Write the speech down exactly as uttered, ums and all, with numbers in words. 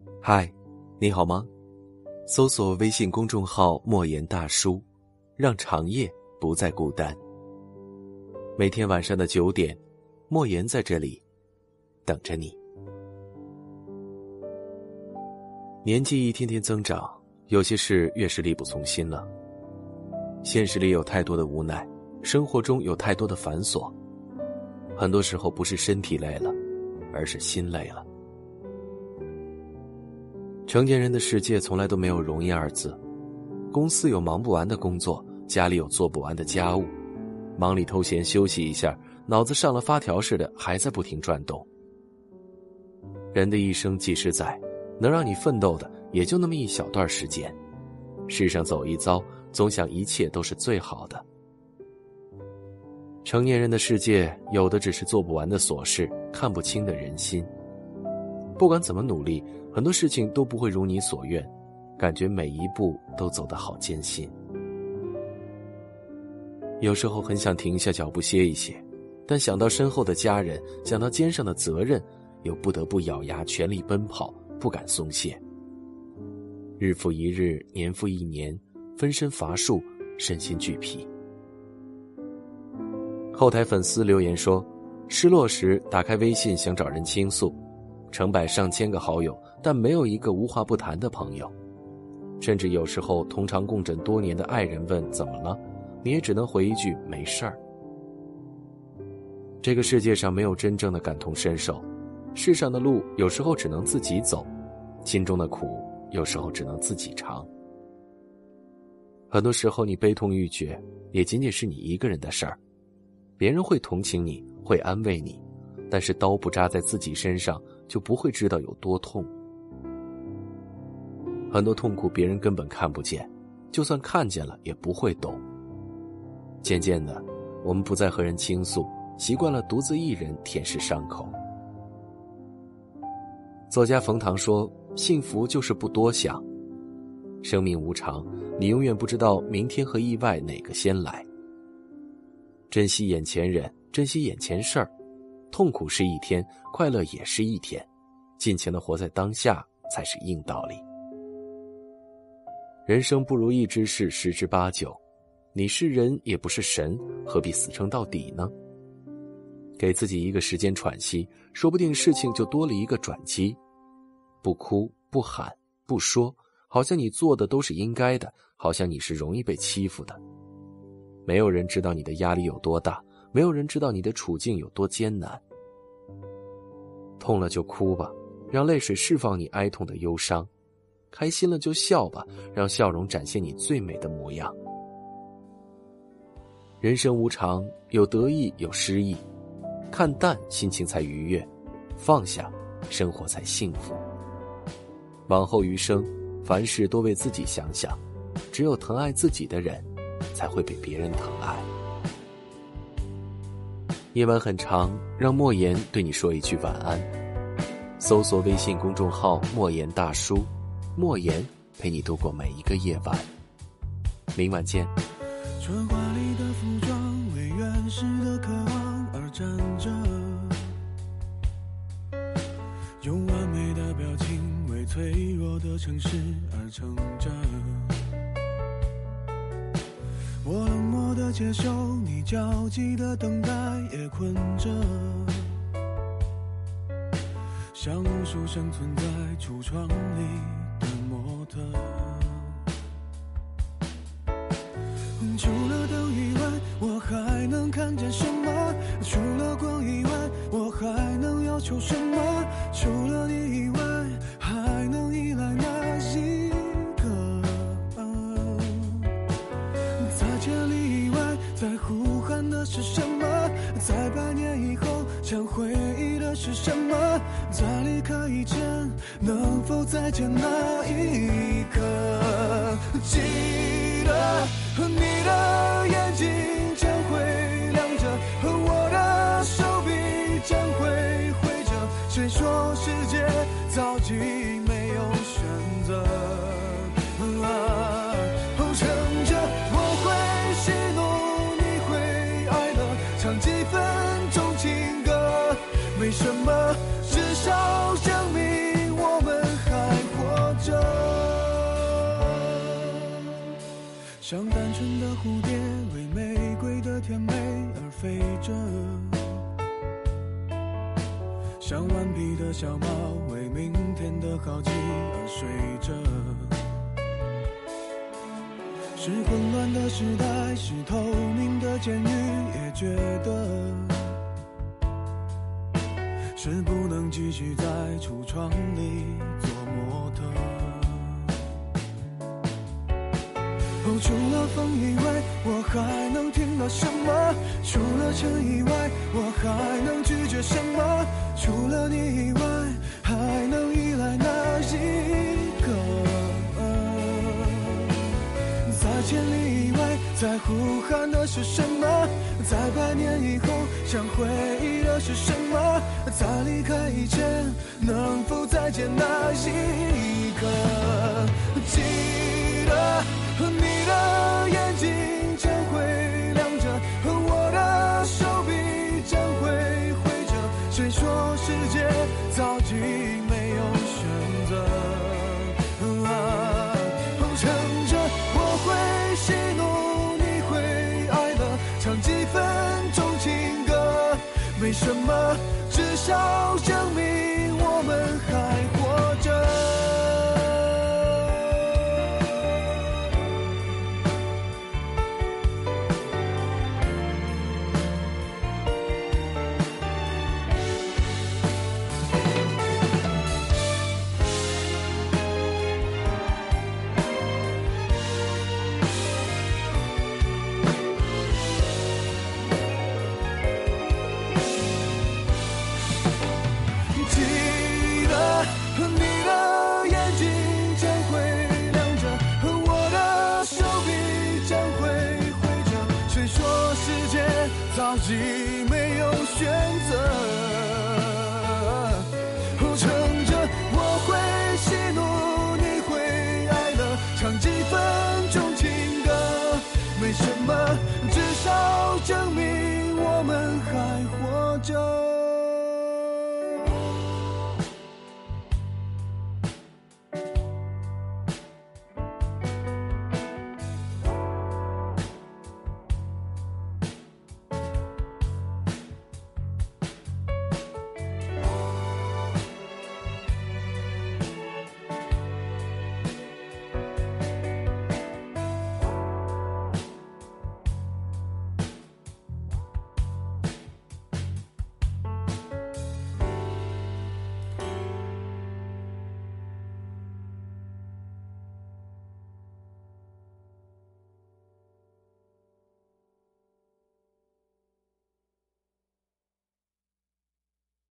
嗨，你好吗？搜索微信公众号莫言大叔，让长夜不再孤单。每天晚上的九点，莫言在这里等着你。年纪一天天增长，有些事越是力不从心了。现实里有太多的无奈，生活中有太多的繁琐，很多时候不是身体累了，而是心累了。成年人的世界从来都没有容易二字，公司有忙不完的工作，家里有做不完的家务，忙里偷闲休息一下，脑子上了发条似的还在不停转动。人的一生几十载，能让你奋斗的也就那么一小段时间，世上走一遭，总想一切都是最好的。成年人的世界，有的只是做不完的琐事，看不清的人心。不管怎么努力，很多事情都不会如你所愿，感觉每一步都走得好艰辛。有时候很想停下脚步歇一歇，但想到身后的家人，想到肩上的责任，又不得不咬牙全力奔跑，不敢松懈。日复一日，年复一年，分身乏术，身心俱疲。后台粉丝留言说，失落时打开微信想找人倾诉，成百上千个好友，但没有一个无话不谈的朋友。甚至有时候同床共枕多年的爱人问怎么了，你也只能回一句没事儿。这个世界上没有真正的感同身受，世上的路有时候只能自己走，心中的苦有时候只能自己尝。很多时候你悲痛欲绝，也仅仅是你一个人的事儿。别人会同情你，会安慰你，但是刀不扎在自己身上，就不会知道有多痛。很多痛苦别人根本看不见，就算看见了也不会懂。渐渐的，我们不再和人倾诉，习惯了独自一人舔舐伤口。作家冯唐说，幸福就是不多想。生命无常，你永远不知道明天和意外哪个先来。珍惜眼前人，珍惜眼前事儿，痛苦是一天，快乐也是一天，尽情地活在当下才是硬道理。人生不如意之事十之八九，你是人也不是神，何必死撑到底呢？给自己一个时间喘息，说不定事情就多了一个转机。不哭不喊不说，好像你做的都是应该的，好像你是容易被欺负的。没有人知道你的压力有多大，没有人知道你的处境有多艰难。痛了就哭吧，让泪水释放你哀痛的忧伤；开心了就笑吧，让笑容展现你最美的模样。人生无常，有得意有失意，看淡心情才愉悦，放下生活才幸福。往后余生，凡事多为自己想想，只有疼爱自己的人，才会被别人疼爱。夜晚很长，让莫言对你说一句晚安。搜索微信公众号莫言大叔，莫言陪你度过每一个夜晚。明晚见。 春花里的服装为原始的渴望而站着，用完美的表情为脆弱的城市而撑着。我冷漠的接受你焦急的等待，也困着，像无数生存在橱窗里的模特。除了灯以外，我还能看见什么？除了光以外，我还能要求什么？除了你以外，还能依赖哪一个？在千里以外，在呼喊的是什么？在百年以后，想回忆的是什么？在离开以前，能否再见那一刻？记得你的眼睛将会亮着，我的手臂将会挥着。谁说世界早已没有选择？啊，撑着我会喜怒，你会哀乐，唱几分钟情歌，没什么，至少证明我们还像单纯的蝴蝶为玫瑰的甜美而飞着，像顽皮的小猫为明天的好奇而睡着。是混乱的时代，是透明的监狱，也觉得是不能继续在橱窗里做模特。哦，除了风以外，我还能听到什么？除了尘以外，我还能拒绝什么？除了你以外，还能依赖哪一个？在千里以外，在呼喊的是什么？在百年以后，想回忆的是什么？在离开以前，能否再见那一刻？记得你的眼睛将会亮着，我的手臂将会挥着。谁说世界早已没有选择？啊，乘着我会喜怒，你会哀乐，唱几分钟情歌，没什么，至少证明我们还活着。早已没有选择。